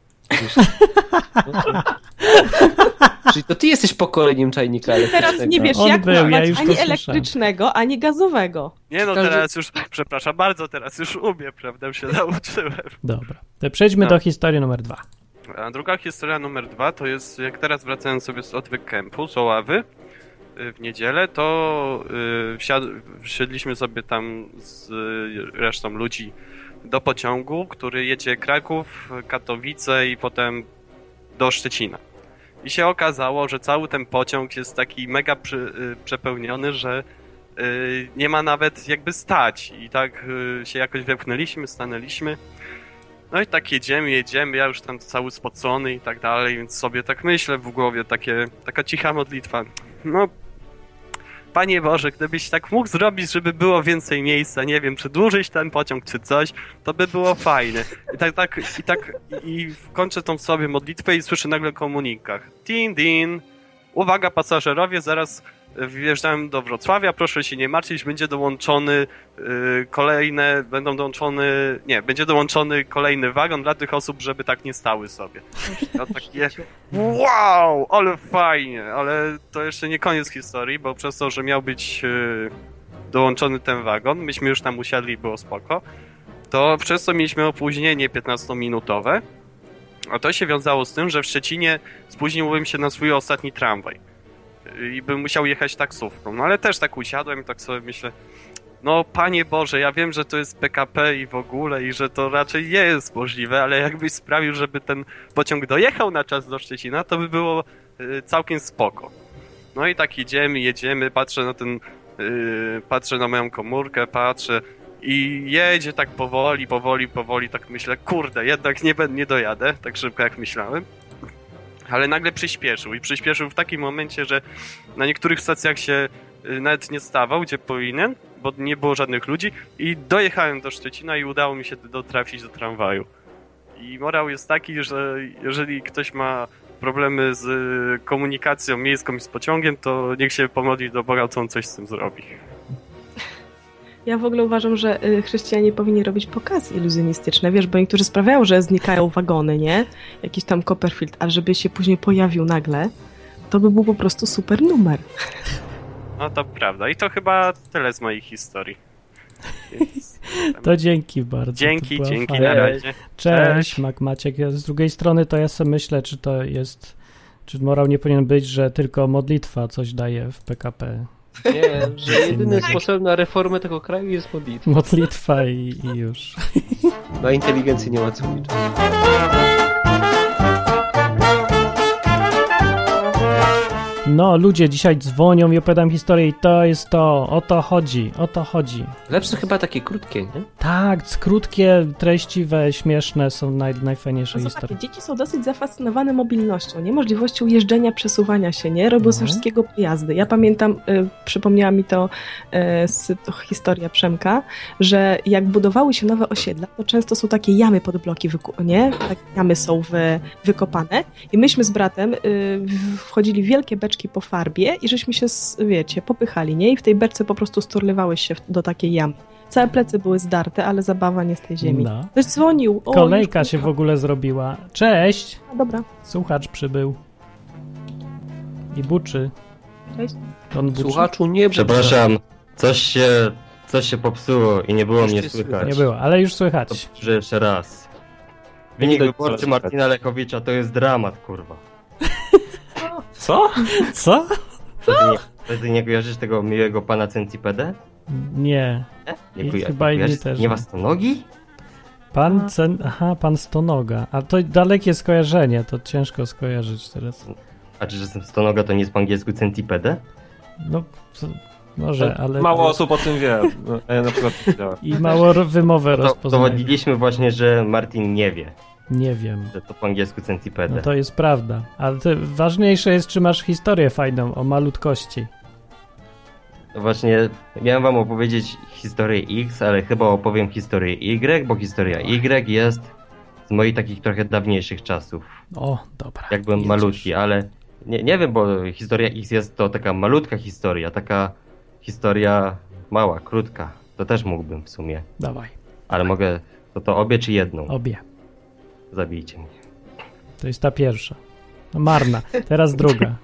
Czyli to ty jesteś pokoleniem czajnika elektrycznego. Teraz nie wiesz, On jak był, ja używać już to ani słyszałem. elektrycznego, ani gazowego. Nie no, Każdy- teraz już, przepraszam bardzo, teraz już umiem, prawda, już się nauczyłem. Dobra, to przejdźmy No. do historii numer dwa. A druga historia numer dwa to jest, jak teraz wracając sobie z odwyk kempu, z Oławy, y, w niedzielę, to y, wsiad- wsiedliśmy sobie tam z y, resztą ludzi do pociągu, który jedzie Kraków, Katowice i potem do Szczecina. I się okazało, że cały ten pociąg jest taki mega przy, y, przepełniony, że y, nie ma nawet jakby stać. I tak y, się jakoś wepchnęliśmy, stanęliśmy. No i tak jedziemy, jedziemy, ja już tam cały spocony i tak dalej, więc sobie tak myślę w głowie, takie, taka cicha modlitwa. No, Panie Boże, gdybyś tak mógł zrobić, żeby było więcej miejsca, nie wiem, przedłużyć ten pociąg czy coś, to by było fajne. I tak, tak, i tak, i kończę tą sobie modlitwę i słyszę nagle komunikat. Din, din, uwaga pasażerowie, zaraz wjeżdżałem do Wrocławia, proszę się nie martwić, będzie dołączony y, kolejne, będą dołączony, nie, będzie dołączony kolejny wagon dla tych osób, żeby tak nie stały sobie. No takie, wow, ale fajnie, ale to jeszcze nie koniec historii, bo przez to, że miał być y, dołączony ten wagon, myśmy już tam usiadli, było spoko, to przez to mieliśmy opóźnienie piętnastominutowe, a to się wiązało z tym, że w Szczecinie spóźniłbym się na swój ostatni tramwaj. I bym musiał jechać taksówką. No ale też tak usiadłem i tak sobie myślę, no Panie Boże, ja wiem, że to jest P K P i w ogóle i że to raczej nie jest możliwe, ale jakbyś sprawił, żeby ten pociąg dojechał na czas do Szczecina, to by było y, całkiem spoko. No i tak jedziemy, jedziemy, patrzę na ten, y, patrzę na moją komórkę, patrzę i jedzie tak powoli, powoli, powoli, tak myślę, kurde, jednak nie, nie dojadę tak szybko jak myślałem. Ale nagle przyspieszył i przyspieszył w takim momencie, że na niektórych stacjach się nawet nie stawał, gdzie powinien, bo nie było żadnych ludzi i dojechałem do Szczecina i udało mi się dotrafić do tramwaju. I morał jest taki, że jeżeli ktoś ma problemy z komunikacją miejską i z pociągiem, to niech się pomodli do Boga, co on coś z tym zrobi. Ja w ogóle uważam, że chrześcijanie powinni robić pokazy iluzjonistyczne, wiesz, bo niektórzy sprawiają, że znikają wagony, nie? Jakiś tam Copperfield, a żeby się później pojawił nagle, to by był po prostu super numer. No to prawda. I to chyba tyle z moich historii. Więc... To dzięki bardzo. Dzięki, to dzięki, fajne. na razie. Cześć, Cześć. Mac Maciek. Ja z drugiej strony to ja sobie myślę, czy to jest, czy morał nie powinien być, że tylko modlitwa coś daje w P K P. Nie, że jedynym sposobem na reformę tego kraju jest modlitwa. Modlitwa i, i już. Na inteligencję nie ma co liczyć. No, ludzie dzisiaj dzwonią i opowiadam historię i to jest to, o to chodzi, o to chodzi. Lepsze chyba takie krótkie, nie? Tak, krótkie, treściwe, śmieszne są naj, najfajniejsze No historie. dzieci są dosyć zafascynowane mobilnością, nie? Możliwością jeżdżenia, przesuwania się, nie? Robią ze No. wszystkiego pojazdy. Ja pamiętam, y, przypomniała mi to, y, z, to historia Przemka, że jak budowały się nowe osiedla, to często są takie jamy pod bloki, wyku- nie? Takie jamy są wy, wykopane i myśmy z bratem y, wchodzili w wielkie beczki po farbie i żeśmy się, wiecie, popychali, nie? I w tej beczce po prostu sturlywałeś się do takiej jamy. Całe plecy były zdarte, ale zabawa nie z tej ziemi. No. Ktoś dzwonił. O, Kolejka już się w ogóle zrobiła. Cześć! A, dobra, Słuchacz przybył. I buczy. cześć. On buczy? Słuchaczu, nie buczy. Przepraszam, coś się, coś się popsuło i nie było Już mnie cię słychać. Nie było, ale już To słychać. powtórzę jeszcze raz. Wynik Nie wyborczy słychać. Martina Lechowicza to jest dramat, kurwa. Co? Co? To wynik, Ty nie kojarzysz tego miłego pana Centipede? Nie. Nie, I koja- chyba nie inni kojarzysz też Nie was to nogi? Pan Cen... Aha, pan Stonoga. A to dalekie skojarzenie, to ciężko skojarzyć teraz. A czy że stonoga to nie jest po angielsku Centipede? No, może, ale... Mało osób o tym wie. No, ja na przykład wiedziałem. I mało wymowę To rozpoznaje. dowodiliśmy właśnie, że Martin nie wie, Nie wiem. że to po angielsku Centipede. No to jest prawda. Ale to ważniejsze jest, czy masz historię fajną o malutkości. No właśnie, miałem wam opowiedzieć historię X, ale chyba opowiem historię Y, bo historia Y jest z moich takich trochę dawniejszych czasów. O, dobra. Jak byłem jedziesz. malutki, ale nie, nie wiem, bo historia X jest to taka malutka historia, taka historia mała, krótka. To też mógłbym w sumie. Dawaj. Ale mogę, to to obie czy jedną? Obie. Zabijcie mnie. To jest ta pierwsza. No marna. Teraz druga.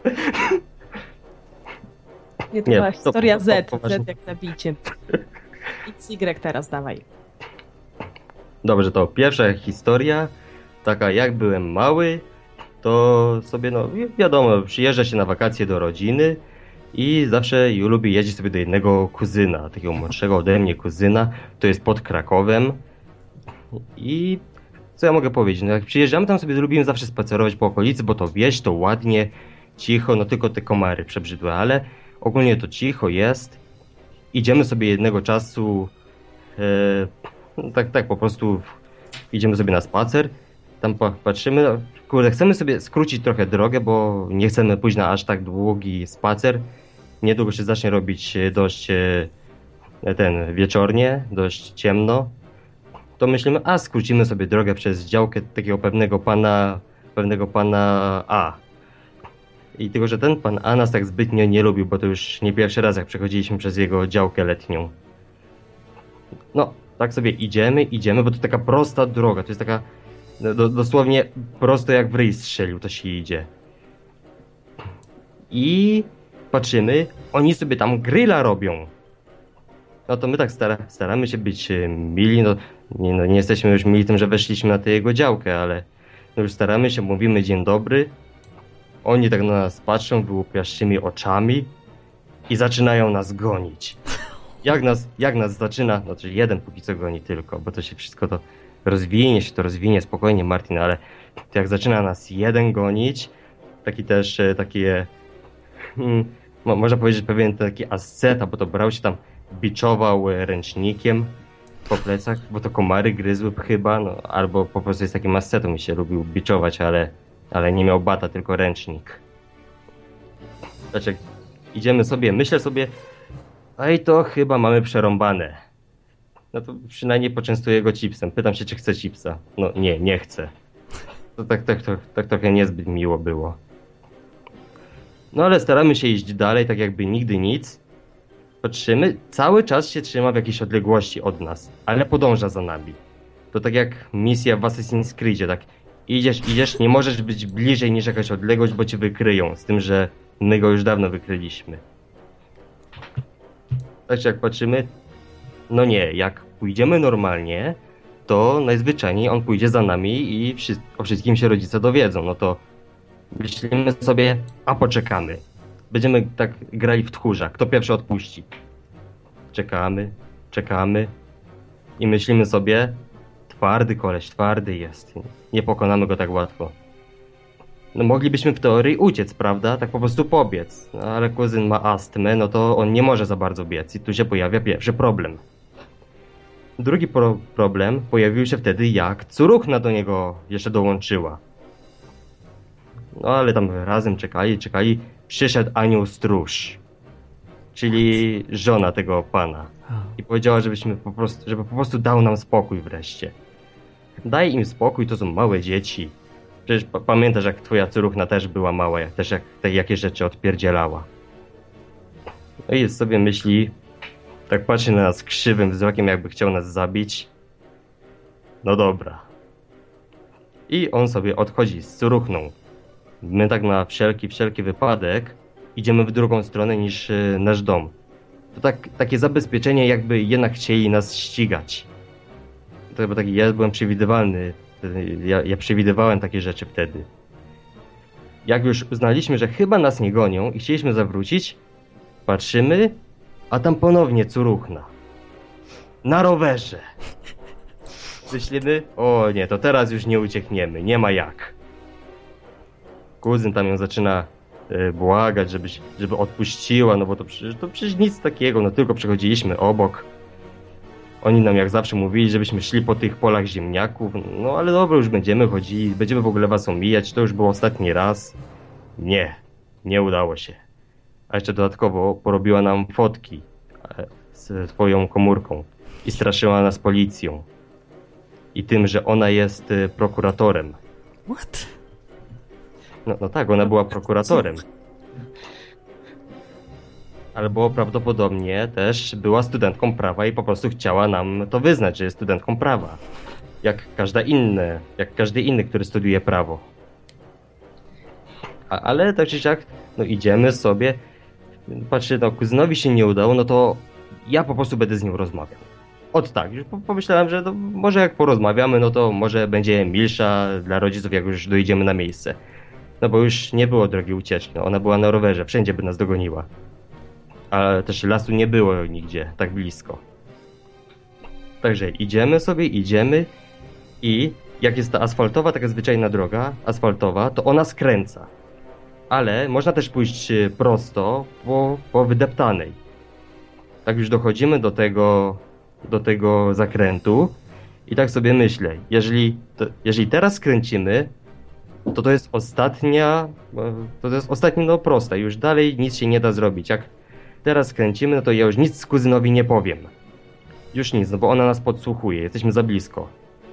Nie, to Nie, była to- historia to- Z. to poważnie. Z jak zabicie. X Y teraz dawaj. Dobrze, to pierwsza historia, taka jak byłem mały, to sobie, no wi- wiadomo, przyjeżdża się na wakacje do rodziny i zawsze ju- lubię jeździć sobie do jednego kuzyna, takiego młodszego ode mnie kuzyna, to jest pod Krakowem. I co ja mogę powiedzieć, no jak przyjeżdżamy tam sobie, lubimy zawsze spacerować po okolicy, bo to wieś, to ładnie, cicho, no tylko te komary przebrzydłe, ale ogólnie to cicho jest. Idziemy sobie jednego czasu, e, no tak, tak po prostu idziemy sobie na spacer, tam pa- patrzymy, no, kurde, chcemy sobie skrócić trochę drogę, bo nie chcemy pójść na aż tak długi spacer. Niedługo się zacznie robić e, dość e, ten wieczornie, dość ciemno. To myślimy, a skrócimy sobie drogę przez działkę takiego pewnego pana, pewnego pana A. I tylko, że ten pan A nas tak zbytnio nie lubił, bo to już nie pierwszy raz, jak przechodziliśmy przez jego działkę letnią. No, tak sobie idziemy, idziemy, bo to taka prosta droga, to jest taka no, do, dosłownie prosto jak w ryj strzelił, to się idzie. I patrzymy, oni sobie tam grilla robią. No to my tak stara, staramy się być e, mili, no nie, no nie jesteśmy już mili tym, że weszliśmy na tę jego działkę, ale no już staramy się, mówimy dzień dobry. Oni tak na nas patrzą wyłupiaszczymi oczami i zaczynają nas gonić. Jak nas, jak nas zaczyna, no czyli jeden póki co goni tylko, bo to się wszystko to rozwinie się, to rozwinie spokojnie Martin, ale to jak zaczyna nas jeden gonić, taki też e, takie, hmm, mo- można powiedzieć pewien taki asceta, bo to brał się tam, biczował e, ręcznikiem po plecach, bo to komary gryzły chyba, no albo po prostu jest takim ascetą i się lubił biczować, ale ale nie miał bata, tylko ręcznik. Znaczy, idziemy sobie, myślę sobie, a i to chyba mamy przerąbane. No to przynajmniej poczęstuję go chipsem. Pytam się, czy chce chipsa. No nie, nie chcę. To tak, tak, tak, tak trochę niezbyt miło było. No ale staramy się iść dalej, tak jakby nigdy nic. Patrzymy, cały czas się trzyma w jakiejś odległości od nas, ale podąża za nami. To tak jak misja w Assassin's Creedzie, tak idziesz, idziesz, nie możesz być bliżej niż jakaś odległość, bo cię wykryją, z tym, że my go już dawno wykryliśmy. Tak jak patrzymy, no nie, jak pójdziemy normalnie, to najzwyczajniej on pójdzie za nami i wszy- o wszystkim się rodzice dowiedzą. No to myślimy sobie, a poczekamy. Będziemy tak grali w tchórza, kto pierwszy odpuści. Czekamy, czekamy i myślimy sobie, twardy koleś, twardy jest. Nie pokonamy go tak łatwo. No moglibyśmy w teorii uciec, prawda? Tak po prostu pobiec. No, ale kuzyn ma astmę, no to on nie może za bardzo biec i tu się pojawia pierwszy problem. Drugi pro- problem pojawił się wtedy, jak Curuchna do niego jeszcze dołączyła. No ale tam razem czekali, czekali. Przyszedł anioł stróż, czyli żona tego pana. I powiedziała, żebyśmy po prostu, żeby po prostu dał nam spokój wreszcie. Daj im spokój, to są małe dzieci. Przecież pa- pamiętasz, jak twoja Curuchna też była mała, jak też jak te jakie rzeczy odpierdzielała. No i sobie myśli, tak patrzy na nas krzywym wzrokiem, jakby chciał nas zabić. No dobra. I on sobie odchodzi z Curuchną. My tak na wszelki, wszelki wypadek idziemy w drugą stronę niż y, nasz dom. To tak, takie zabezpieczenie, jakby jednak chcieli nas ścigać. To chyba taki, ja byłem przewidywalny. Ja, ja przewidywałem takie rzeczy wtedy. Jak już uznaliśmy, że chyba nas nie gonią i chcieliśmy zawrócić, Patrzymy, a tam ponownie curuchna. Na rowerze. Myślimy, o nie, to teraz już nie uciekniemy, nie ma jak. Kuzyn tam ją zaczyna y, błagać, żeby, żeby odpuściła, no bo to przecież, to przecież nic takiego, no tylko przechodziliśmy obok. Oni nam jak zawsze mówili, żebyśmy szli po tych polach ziemniaków, no ale dobra, już będziemy chodzili, będziemy w ogóle was omijać, to już był ostatni raz. Nie, nie udało się. A jeszcze dodatkowo porobiła nam fotki z swoją komórką i straszyła nas policją. I tym, że ona jest prokuratorem. What? No, no tak, ona była prokuratorem. Albo prawdopodobnie też była studentką prawa i po prostu chciała nam to wyznać, że jest studentką prawa. Jak każda inny, jak każdy inny, który studiuje prawo. A, ale tak czy siak, no idziemy sobie. Patrzcie, no kuzynowi się nie udało, no to ja po prostu będę z nią rozmawiał. Od tak, już pomyślałem, że no, może jak porozmawiamy, no to może będzie milsza dla rodziców, jak już dojdziemy na miejsce. No bo już nie było drogi ucieczki, no, ona była na rowerze, wszędzie by nas dogoniła. Ale też lasu nie było nigdzie, tak blisko. Także idziemy sobie, idziemy i jak jest ta asfaltowa, taka zwyczajna droga asfaltowa, to ona skręca. Ale można też pójść prosto po, po wydeptanej. Tak już dochodzimy do tego, do tego zakrętu i tak sobie myślę, jeżeli, to, jeżeli teraz skręcimy, to to jest ostatnia, to jest ostatnia, no prosta, już dalej nic się nie da zrobić. Jak teraz skręcimy, no to ja już nic kuzynowi nie powiem. Już nic, no bo ona nas podsłuchuje, jesteśmy za blisko.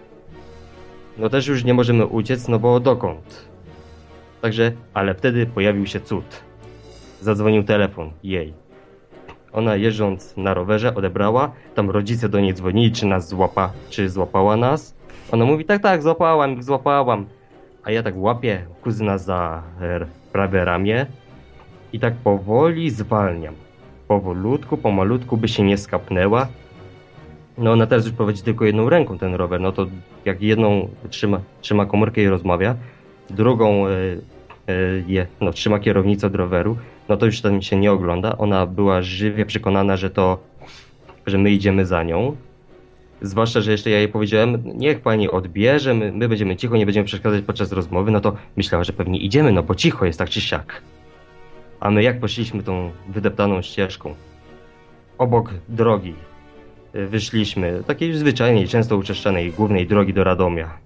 No też już nie możemy uciec, no bo dokąd? Także, ale wtedy pojawił się cud. Zadzwonił telefon jej. Ona jeżdżąc na rowerze odebrała, tam rodzice do niej dzwonili, czy nas złapa, czy złapała nas. Ona mówi, tak, tak, złapałam ich, złapałam. A ja tak łapię kuzyna za prawe ramię i tak powoli zwalniam. Powolutku, pomalutku, by się nie skapnęła. No ona teraz już prowadzi tylko jedną ręką ten rower, no to jak jedną trzyma, trzyma komórkę i rozmawia, drugą y, y, je, no, trzyma kierownicę od roweru, no to już tam się nie ogląda. Ona była żywie przekonana, że to, że my idziemy za nią. Zwłaszcza, że jeszcze ja jej powiedziałem, niech pani odbierze, my, my będziemy cicho, nie będziemy przeszkadzać podczas rozmowy, no to myślała, że pewnie idziemy, no bo cicho jest tak czy siak. A my jak poszliśmy tą wydeptaną ścieżką, obok drogi, wyszliśmy, takiej już zwyczajnej, często uczeszczanej głównej drogi do Radomia.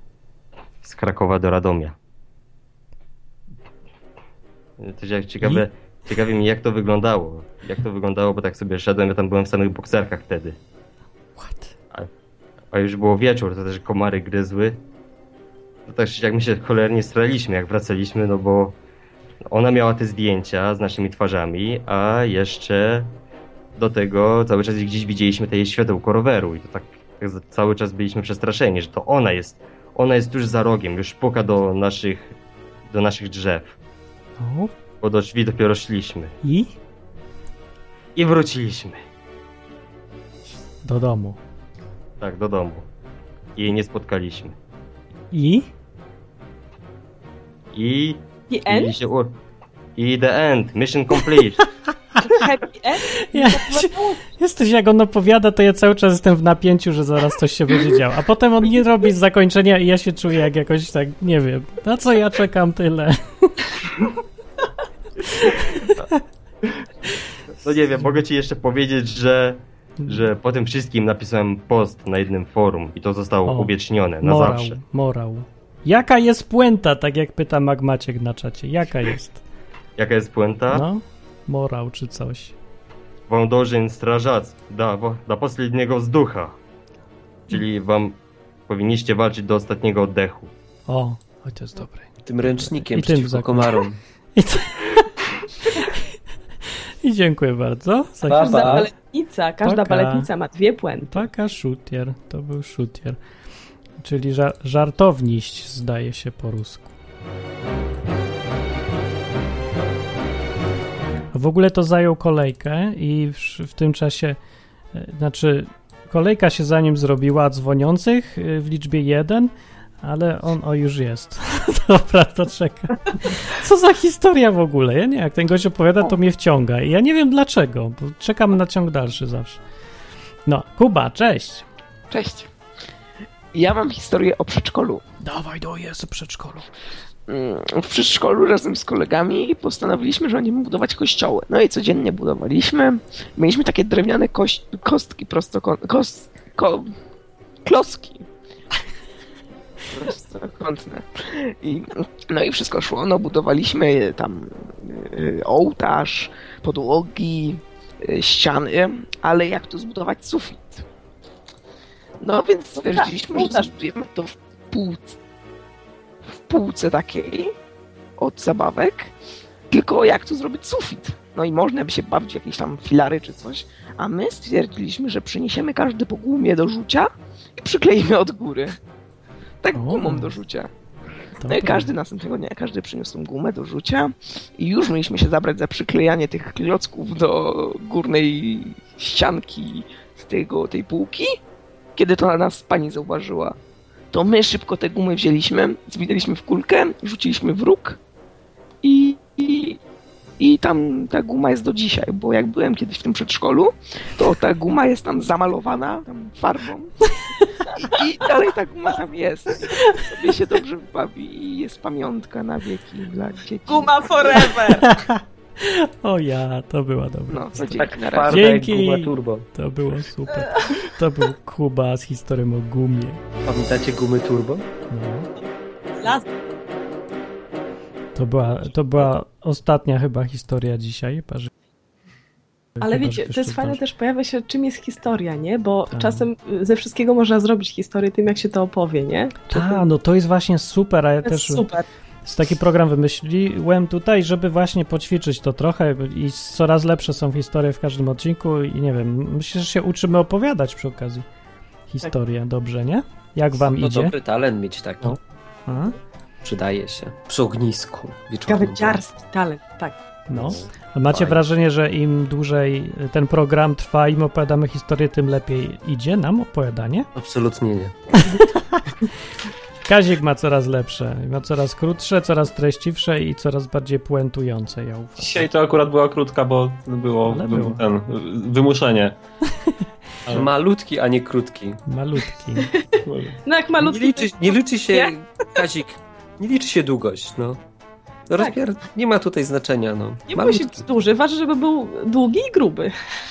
Z Krakowa do Radomia. To jak ciekawe, ciekawie mi jak to wyglądało. Jak to wyglądało, bo tak sobie szedłem, ja tam byłem w samych bokserkach wtedy. What? A, a już było wieczór, to też komary gryzły. To też jak my się cholernie straliśmy, jak wracaliśmy, no bo ona miała te zdjęcia z naszymi twarzami, a jeszcze do tego cały czas gdzieś widzieliśmy te jej światełko roweru i to tak, tak cały czas byliśmy przestraszeni, że to ona jest, ona jest tuż za rogiem, już puka do naszych, do naszych drzew. No. Bo do drzwi dopiero szliśmy. I? I wróciliśmy. Do domu. Tak, do domu. I jej nie spotkaliśmy. I? I... I end? I, się u... I the end. Mission complete. Happy end? Ja, jesteś jak on opowiada, to ja cały czas jestem w napięciu, że zaraz coś się będzie działo. A potem on nie robi zakończenia i ja się czuję jak jakoś tak, nie wiem, na co ja czekam tyle. No nie wiem, mogę ci jeszcze powiedzieć, że, że po tym wszystkim napisałem post na jednym forum i to zostało O, uwiecznione na morał, zawsze. Morał. Jaka jest puenta, tak jak pyta Magmaciek na czacie? Jaka jest? Jaka jest puenta? No, morał czy coś. Wam должен strażac da, do последniego vzducha. Czyli wam powinniście walczyć do ostatniego oddechu. O, o to jest dobre. Tym ręcznikiem I tym przeciwko zakon- komarom. I, to... I dziękuję bardzo. Za Pa, Każda pa. baletnica, każda Taka. baletnica ma dwie puenty. Taka szutier, to był szutier. Czyli ża- żartowniść, zdaje się po rusku. W ogóle to zajął kolejkę i w, w tym czasie, e, znaczy kolejka się za nim zrobiła dzwoniących e, w liczbie jeden, ale on o już jest. Dobra, to czeka. Co za historia w ogóle? Ja nie, jak ten gość opowiada, to mnie wciąga. I ja nie wiem dlaczego, bo czekam na ciąg dalszy zawsze. No, Kuba, cześć. Cześć. Ja mam historię o przedszkolu. Dawaj, do jest o przedszkolu. W przedszkolu razem z kolegami postanowiliśmy, że będziemy budować kościoły. No i codziennie budowaliśmy. Mieliśmy takie drewniane koś- kostki prostokątne. Kos- ko- kloski. Prostokątne. I, no i wszystko szło. No budowaliśmy tam y, ołtarz, podłogi, y, ściany, ale jak tu zbudować sufit? No więc stwierdziliśmy, że zbudujemy to w półce. w półce takiej od zabawek, tylko jak tu zrobić sufit. No i można by się bawić w jakieś tam filary czy coś, a my stwierdziliśmy, że przyniesiemy każdy po gumie do rzucia i przykleimy od góry. Tak gumą do rzucia. No i każdy następnego dnia, każdy przyniósł tą gumę do rzucia i już mieliśmy się zabrać za przyklejanie tych klocków do górnej ścianki z tego, tej półki, kiedy to na nas pani zauważyła. To my szybko te gumy wzięliśmy, zwinęliśmy w kulkę, rzuciliśmy w róg i, i, i tam ta guma jest do dzisiaj, bo jak byłem kiedyś w tym przedszkolu, to ta guma jest tam zamalowana tam farbą i, i dalej ta guma tam jest. I sobie się dobrze bawi i jest pamiątka na wieki dla dzieci. Guma forever! O ja, to była dobra. No, to dzięki. na razie. Dzięki. Guma turbo. To było super. To był Kuba z historią o gumie. Pamiętacie gumy turbo? No. To była, to była ostatnia chyba historia dzisiaj. Parzy... Ale chyba, wiecie, to jest fajne zdąży. też, pojawia się czym jest historia, nie? Bo Tak. czasem ze wszystkiego można zrobić historię tym, jak się to opowie, nie? A, no to jest właśnie super, a ja To też... jest super. Z taki program wymyśliłem tutaj, żeby właśnie poćwiczyć to trochę i coraz lepsze są historie w każdym odcinku i nie wiem, myślę, że się uczymy opowiadać przy okazji historię, tak. Dobrze, nie? Jak wam to idzie? dobry talent mieć taki. No. A? Przydaje się. Przy ognisku. Gawędziarski talent, tak. No. A macie Fajnie. wrażenie, że im dłużej ten program trwa, im opowiadamy historię, tym lepiej idzie nam opowiadanie? Absolutnie nie. Kazik ma coraz lepsze, ma coraz krótsze, coraz treściwsze i coraz bardziej puentujące, ja uważam. Dzisiaj to akurat była krótka, bo było, Ale był było. ten, wymuszenie. Ale... Malutki, a nie krótki. Malutki. No jak malutki... Nie liczy, nie liczy się, Nie? Kazik, nie liczy się długość, no. No Tak. rozmiar nie ma tutaj znaczenia, no. Nie musi być duży, ważne, żeby był długi i gruby.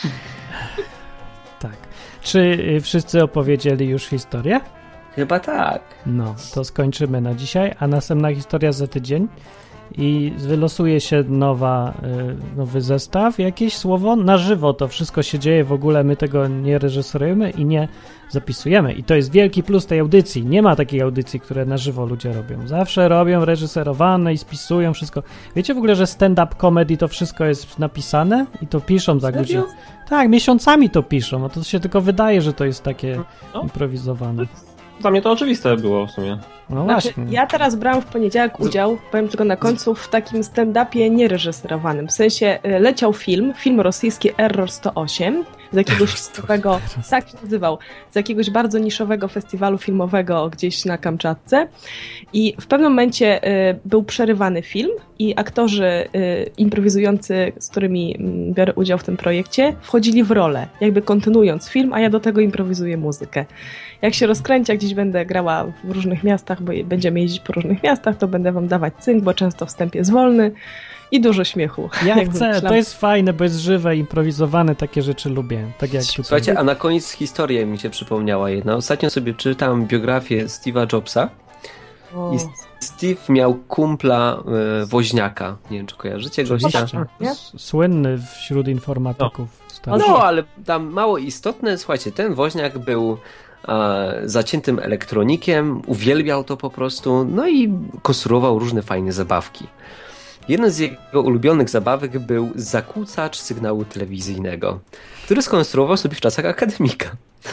Tak. Czy y, wszyscy opowiedzieli już historię? Chyba tak. No, to skończymy na dzisiaj, a następna historia za tydzień i wylosuje się nowa, y, nowy zestaw, jakieś słowo na żywo, to wszystko się dzieje, w ogóle my tego nie reżyserujemy i nie zapisujemy i to jest wielki plus tej audycji, nie ma takiej audycji, które na żywo ludzie robią, zawsze robią reżyserowane i spisują wszystko. Wiecie w ogóle, że stand-up comedy to wszystko jest napisane i to piszą tak ludzie. Tak, miesiącami to piszą, a to się tylko wydaje, że to jest takie No. improwizowane. Dla mnie to oczywiste było w sumie. No Znaczy, właśnie. ja teraz brałam w poniedziałek udział, powiem tylko na końcu, w takim stand-upie niereżyserowanym. W sensie y, leciał film, film rosyjski Error sto osiem z jakiegoś niszowego, tak się nazywał, z jakiegoś bardzo niszowego festiwalu filmowego gdzieś na Kamczatce i w pewnym momencie y, był przerywany film i aktorzy y, improwizujący, z którymi y, biorę udział w tym projekcie, wchodzili w rolę, jakby kontynuując film, a ja do tego improwizuję muzykę. Jak się rozkręci, jak gdzieś będę grała w różnych miastach, bo będziemy jeździć po różnych miastach, to będę wam dawać cynk, bo często wstęp jest wolny i dużo śmiechu. Ja Jakby chcę, myślałam- to jest fajne, bo jest żywe, improwizowane, takie rzeczy lubię. Tak jak tutaj. Słuchajcie, a na koniec historia mi się przypomniała jedna. Ostatnio sobie czytałem biografię Steve'a Jobsa O. i Steve miał kumpla e, woźniaka. Nie wiem, czy kojarzycie gościa. Oczywiście. S- Słynny wśród informatyków. No, no, ale tam mało istotne. Słuchajcie, ten woźniak był e, zaciętym elektronikiem, uwielbiał to po prostu, no i konstruował różne fajne zabawki. Jeden z jego ulubionych zabawek był zakłócacz sygnału telewizyjnego, który skonstruował sobie w czasach akademika.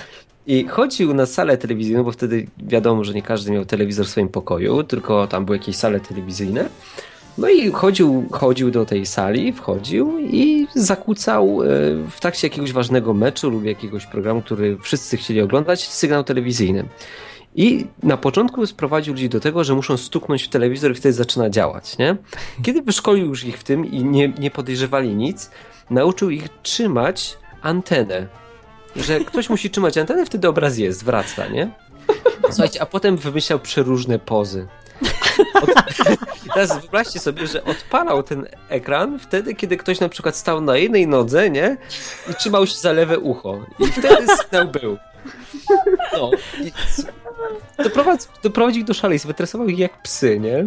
I chodził na salę telewizyjną, bo wtedy wiadomo, że nie każdy miał telewizor w swoim pokoju, tylko tam były jakieś sale telewizyjne. No i chodził, chodził do tej sali, wchodził i zakłócał w trakcie jakiegoś ważnego meczu lub jakiegoś programu, który wszyscy chcieli oglądać, sygnał telewizyjny. I na początku sprowadził ludzi do tego, że muszą stuknąć w telewizor i wtedy zaczyna działać, nie? Kiedy wyszkolił już ich w tym i nie, nie podejrzewali nic, nauczył ich trzymać antenę. Że ktoś musi trzymać antenę, wtedy obraz jest, wraca, nie? Słuchajcie, a potem wymyślał przeróżne pozy. Od... Teraz wyobraźcie sobie, że odpalał ten ekran wtedy, kiedy ktoś na przykład stał na jednej nodze, nie? I trzymał się za lewe ucho. I wtedy sygnał był. No. I doprowadzi, doprowadził do szaleństwa, wytresował ich jak psy, nie?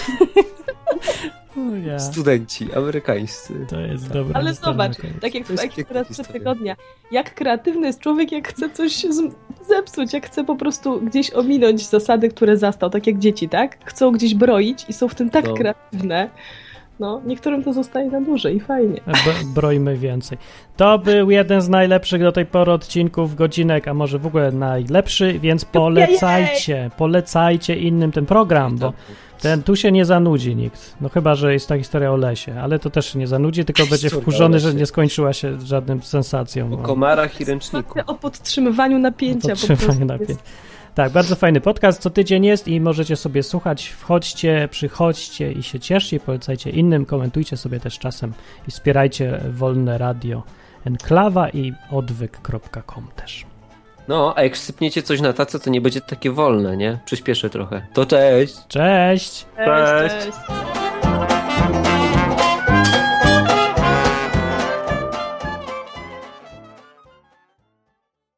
Ja. Studenci amerykańscy. To jest dobre. Ale zobacz, tak jak teraz przed tygodnia, jak kreatywny jest człowiek, jak chce coś zepsuć, jak chce po prostu gdzieś ominąć zasady, które zastał, tak jak dzieci, tak? Chcą gdzieś broić i są w tym tak no. kreatywne. No, niektórym to zostaje na dłużej i fajnie. B- brojmy więcej. To był jeden z najlepszych do tej pory odcinków, godzinek, a może w ogóle najlepszy, więc polecajcie, polecajcie innym ten program, bo ten, tu się nie zanudzi nikt. No chyba, że jest ta historia o lesie, ale to też nie zanudzi, tylko będzie wkurzony, że nie skończyła się żadnym sensacją. O komarach i ręczniku. O podtrzymywaniu napięcia. O podtrzymywaniu napięcia. Tak, bardzo fajny podcast, co tydzień jest i możecie sobie słuchać, wchodźcie, przychodźcie i się cieszcie, polecajcie innym, komentujcie sobie też czasem i wspierajcie Wolne Radio Enklawa i odwyk kropka com też. No, a jak sypniecie coś na tacę, to nie będzie takie wolne, nie? Przyspieszę trochę. To cześć! Cześć! Cześć! Cześć.